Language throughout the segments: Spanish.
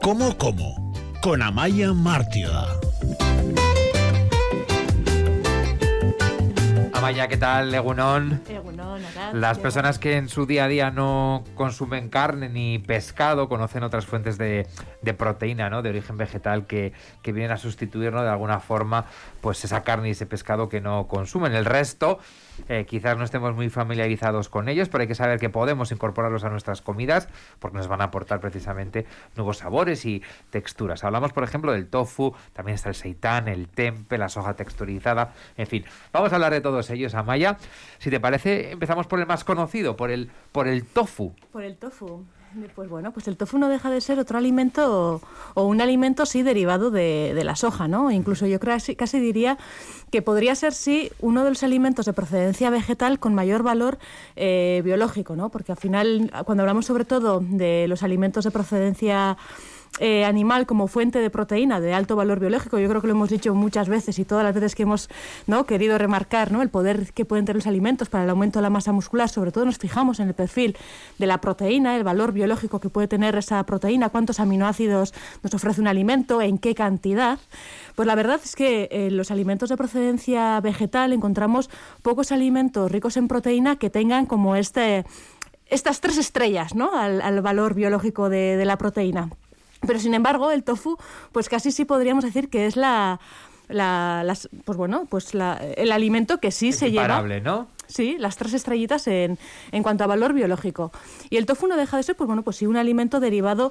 ¿Cómo? Con Amaya Mártira. Amaya, ¿qué tal? Egunon. Arad. Las personas que en su día a día no consumen carne ni pescado conocen otras fuentes de proteína, ¿no? De origen vegetal que vienen a sustituir, ¿no? De alguna forma, pues esa carne y ese pescado que no consumen. El resto, quizás no estemos muy familiarizados con ellos, pero hay que saber que podemos incorporarlos a nuestras comidas porque nos van a aportar precisamente nuevos sabores y texturas. Hablamos, por ejemplo, del tofu, también está el seitán, el tempeh, la soja texturizada, en fin. Vamos a hablar de todos ellos, Amaya. Si te parece, empezamos por el más conocido, por el tofu. Por el tofu. Pues bueno, pues el tofu no deja de ser otro alimento o un alimento sí derivado de la soja, ¿no? Incluso yo casi diría que podría ser sí uno de los alimentos de procedencia vegetal con mayor valor biológico, ¿no? Porque al final, cuando hablamos sobre todo de los alimentos de procedencia animal como fuente de proteína de alto valor biológico, yo creo que lo hemos dicho muchas veces y todas las veces que hemos, ¿no?, querido remarcar, ¿no?, el poder que pueden tener los alimentos para el aumento de la masa muscular. Sobre todo nos fijamos en el perfil de la proteína, el valor biológico que puede tener esa proteína, cuántos aminoácidos nos ofrece un alimento, en qué cantidad. Pues la verdad es que en los alimentos de procedencia vegetal encontramos pocos alimentos ricos en proteína que tengan como estas 3 estrellas, ¿no?, al valor biológico de la proteína. Pero sin embargo, el tofu, pues casi sí podríamos decir que es el alimento que sí se lleva. Imparable, ¿no? Sí, las 3 estrellitas en cuanto a valor biológico. Y el tofu no deja de ser, pues bueno, pues sí, un alimento derivado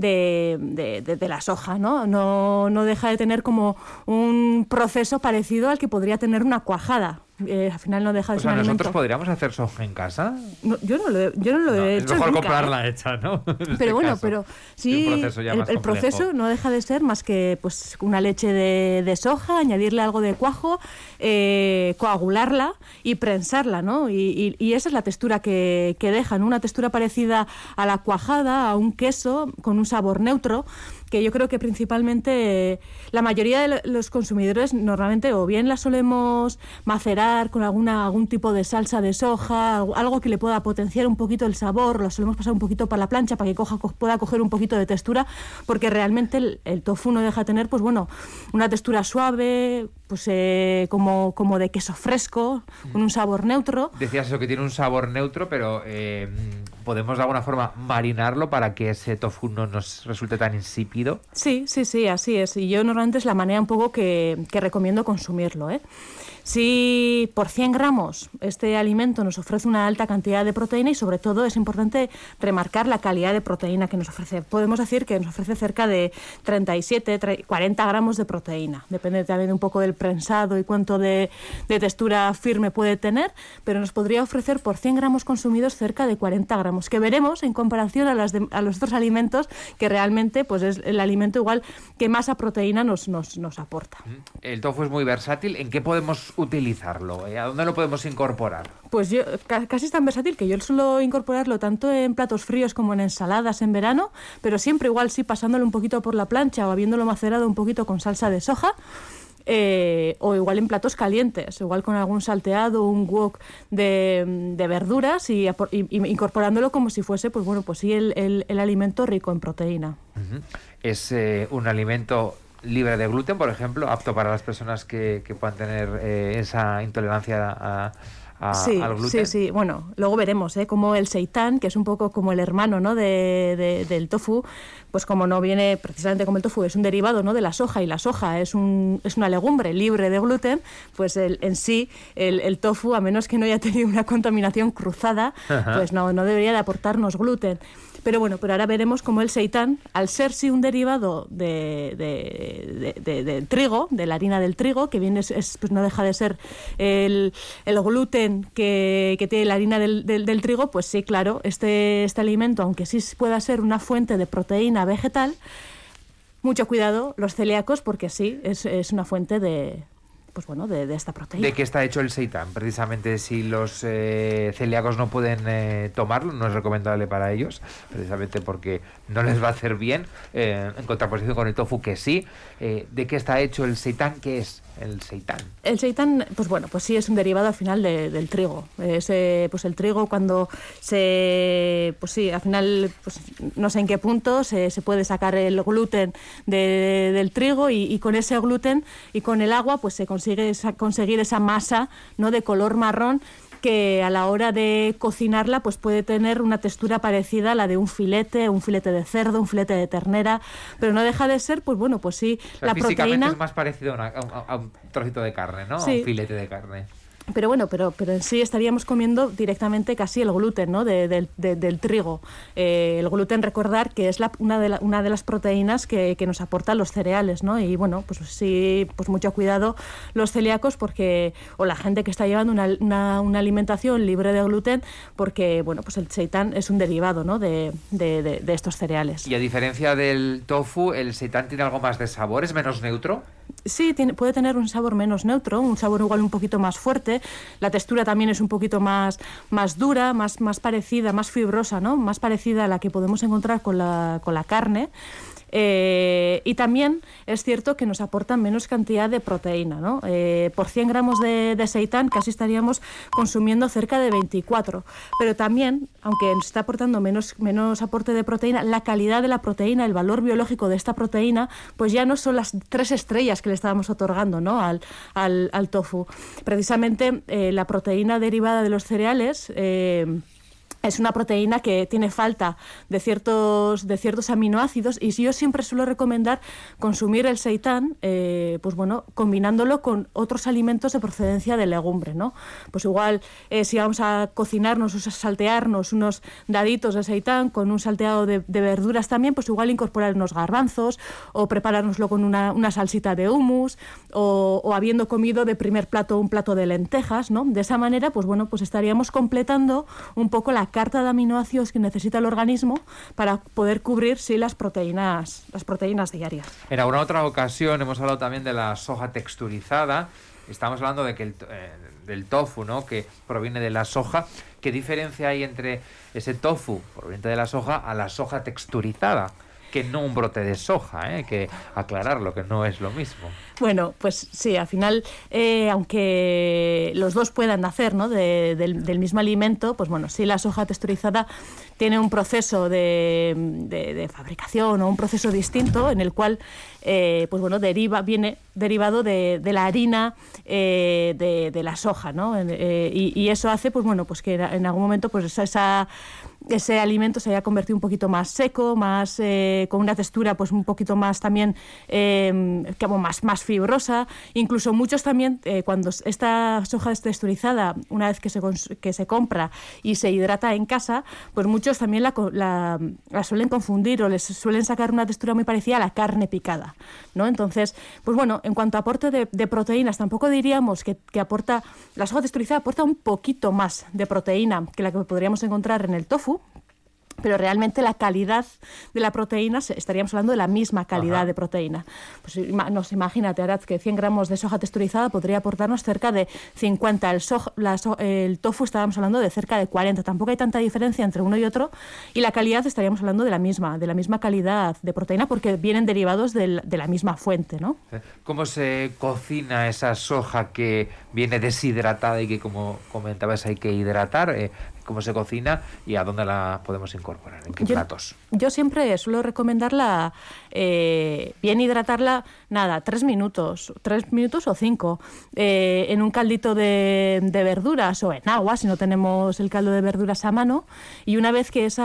de la soja, ¿no? No deja de tener como un proceso parecido al que podría tener una cuajada. Al final no deja de ser un alimento. ¿Nosotros podríamos hacer soja en casa? No, yo no lo he hecho. Es mejor nunca, comprarla hecha, ¿no? Pero bueno, pero sí, el proceso no deja de ser más que pues una leche de soja, añadirle algo de cuajo, coagularla y prensarla, ¿no? Y esa es la textura que dejan, una textura parecida a la cuajada, a un queso con un sabor neutro, que yo creo que principalmente la mayoría de los consumidores normalmente o bien la solemos macerar con algún tipo de salsa de soja, algo que le pueda potenciar un poquito el sabor, lo solemos pasar un poquito para la plancha para que pueda coger un poquito de textura, porque realmente el tofu no deja de tener, pues bueno, una textura suave, pues como de queso fresco, con un sabor neutro. Decías eso, que tiene un sabor neutro, pero podemos de alguna forma marinarlo para que ese tofu no nos resulte tan insípido. Sí, así es. Y yo normalmente es la manera un poco que recomiendo consumirlo, ¿eh? Si por 100 gramos este alimento nos ofrece una alta cantidad de proteína y sobre todo es importante remarcar la calidad de proteína que nos ofrece. Podemos decir que nos ofrece cerca de 40 gramos de proteína. Depende también un poco del prensado y cuánto de textura firme puede tener, pero nos podría ofrecer por 100 gramos consumidos cerca de 40 gramos, que veremos en comparación a los otros alimentos que realmente pues es el alimento igual que más a proteína nos aporta. El tofu es muy versátil. ¿En qué podemos utilizarlo? ¿A dónde lo podemos incorporar? Pues yo casi es tan versátil que yo suelo incorporarlo tanto en platos fríos como en ensaladas en verano, pero siempre igual sí pasándolo un poquito por la plancha o habiéndolo macerado un poquito con salsa de soja. O igual en platos calientes, igual con algún salteado, un wok de verduras y incorporándolo como si fuese, pues bueno, pues sí, el alimento rico en proteína. Uh-huh. Es un alimento libre de gluten, por ejemplo, apto para las personas que puedan tener esa intolerancia al gluten. Sí. Bueno, luego veremos como el seitán, que es un poco como el hermano, ¿no?, del tofu, pues como no viene precisamente como el tofu, es un derivado, ¿no?, de la soja, y la soja es una legumbre libre de gluten, pues el tofu, a menos que no haya tenido una contaminación cruzada, pues no debería de aportarnos gluten. Pero bueno, ahora veremos cómo el seitán, al ser sí un derivado del trigo, de la harina del trigo, que viene pues no deja de ser el gluten que tiene la harina del trigo, pues sí, claro, este alimento, aunque sí pueda ser una fuente de proteína vegetal, mucho cuidado los celíacos, porque sí, es una fuente de pues bueno, de esta proteína. ¿De qué está hecho el seitán? Precisamente si los celíacos no pueden tomarlo, no es recomendable para ellos, precisamente porque no les va a hacer bien, en contraposición con el tofu que sí. ¿De qué está hecho el seitán? ¿Qué es el seitán? El seitán, pues bueno, pues sí es un derivado al final del trigo. Pues el trigo cuando pues sí, al final, pues no sé en qué punto se puede sacar el gluten del trigo y con ese gluten y con el agua pues se consigue conseguir esa masa, ¿no?, de color marrón, que a la hora de cocinarla pues puede tener una textura parecida a la de un filete de cerdo, un filete de ternera, pero no deja de ser, pues bueno, pues sí, o sea, la físicamente proteína es más parecido a un trocito de carne, ¿no? Sí. A un filete de carne. Pero bueno, pero en sí estaríamos comiendo directamente casi el gluten, ¿no?, del trigo. El gluten, recordar que es una de las proteínas que nos aportan los cereales, ¿no? Y bueno, pues sí, pues mucho cuidado los celíacos o la gente que está llevando una alimentación libre de gluten, porque bueno, pues el seitán es un derivado, ¿no?, de estos cereales. Y a diferencia del tofu, ¿el seitán tiene algo más de sabor? ¿Es menos neutro? Sí, puede tener un sabor menos neutro, un sabor igual un poquito más fuerte. La textura también es un poquito más dura, más parecida, más fibrosa, ¿no?, más parecida a la que podemos encontrar con la carne. Y también es cierto que nos aportan menos cantidad de proteína, ¿no? Por 100 gramos de seitán casi estaríamos consumiendo cerca de 24. Pero también, aunque nos está aportando menos aporte de proteína, la calidad de la proteína, el valor biológico de esta proteína, pues ya no son las 3 estrellas que le estábamos otorgando, ¿no?, al tofu. Precisamente la proteína derivada de los cereales es una proteína que tiene falta de ciertos aminoácidos, y yo siempre suelo recomendar consumir el seitán, pues bueno, combinándolo con otros alimentos de procedencia de legumbre, ¿no? Pues igual si vamos a cocinarnos o a saltearnos unos daditos de seitán con un salteado de verduras también, pues igual incorporar unos garbanzos o preparárnoslo con una salsita de hummus o habiendo comido de primer plato un plato de lentejas, ¿no? De esa manera, pues bueno, pues estaríamos completando un poco la carta de aminoácidos que necesita el organismo para poder cubrir, sí, las proteínas diarias. En alguna otra ocasión hemos hablado también de la soja texturizada. Estamos hablando de que del tofu, ¿no?, que proviene de la soja. ¿Qué diferencia hay entre ese tofu proveniente de la soja a la soja texturizada? Que no un brote de soja, hay que aclararlo, que no es lo mismo. Bueno, pues sí, al final, aunque los dos puedan nacer, ¿no?, del mismo alimento, pues bueno, sí, la soja texturizada tiene un proceso de fabricación o un proceso distinto en el cual, pues bueno, viene derivado de la harina de la soja, ¿no? Y eso hace, pues bueno, pues que en algún momento, pues ese alimento se haya convertido un poquito más seco, más con una textura pues un poquito más también como más fibrosa. Incluso muchos también, cuando esta soja texturizada, una vez que se compra y se hidrata en casa, pues muchos también la suelen confundir o les suelen sacar una textura muy parecida a la carne picada, ¿no? Entonces, pues bueno, en cuanto a aporte de proteínas, tampoco diríamos que aporta, la soja texturizada aporta un poquito más de proteína que la que podríamos encontrar en el tofu, pero realmente la calidad de la proteína, estaríamos hablando de la misma calidad de proteína. Pues imagínate, Arad, que 100 gramos de soja texturizada podría aportarnos cerca de 50. El tofu estábamos hablando de cerca de 40. Tampoco hay tanta diferencia entre uno y otro, y la calidad estaríamos hablando de la misma calidad de proteína, porque vienen derivados de la misma fuente, ¿no? ¿Cómo se cocina esa soja que viene deshidratada y que, como comentabas, hay que hidratar? ¿Cómo se cocina y a dónde la podemos incorporar? ¿En qué platos? Yo siempre suelo recomendarla, bien hidratarla, 3 minutos o 5, en un caldito de verduras o en agua, si no tenemos el caldo de verduras a mano, y una vez que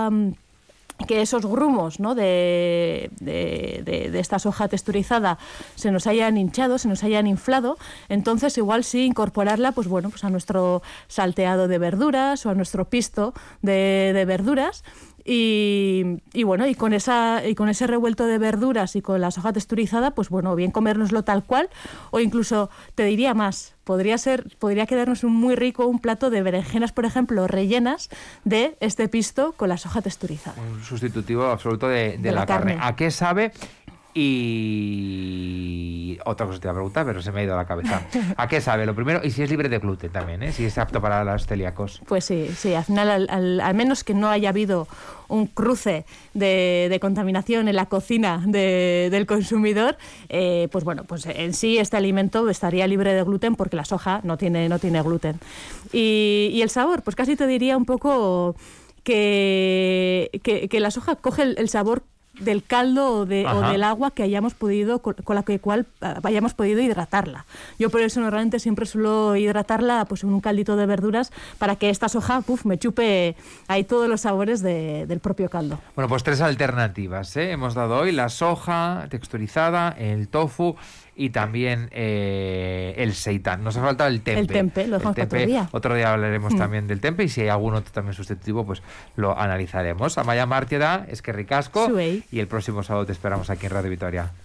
esos grumos, ¿no?, de esta soja texturizada se nos hayan hinchado, se nos hayan inflado, entonces igual sí incorporarla, pues bueno, pues a nuestro salteado de verduras o a nuestro pisto de verduras. Y bueno, y con ese revuelto de verduras y con la soja texturizada, pues bueno, bien comérnoslo tal cual, o incluso te diría más, podría quedarnos muy rico un plato de berenjenas, por ejemplo, rellenas de este pisto con la soja texturizada. Un sustitutivo absoluto de la carne. ¿A qué sabe Y otra cosa te iba a preguntar, pero se me ha ido a la cabeza. ¿A qué sabe? Lo primero, y si es libre de gluten también, ¿eh? Si es apto para los celíacos. Pues sí, al final, al menos que no haya habido un cruce de contaminación en la cocina del consumidor, pues bueno, pues en sí este alimento estaría libre de gluten porque la soja no tiene gluten. Y el sabor, pues casi te diría un poco que la soja coge el sabor del caldo o del agua que hayamos podido con la cual hayamos podido hidratarla. Yo por eso normalmente siempre suelo hidratarla pues en un caldito de verduras para que esta soja me chupe ahí todos los sabores del propio caldo. Bueno, pues 3 alternativas, ¿eh? Hemos dado hoy la soja texturizada, el tofu y también el seitán. Nos ha faltado el tempe. El tempe, lo dejamos para otro día. Otro día hablaremos también del tempe y si hay algún otro también sustitutivo, pues lo analizaremos. Amaia Martieda, es que ricasco. Zuei. Y el próximo sábado te esperamos aquí en Radio Vitoria.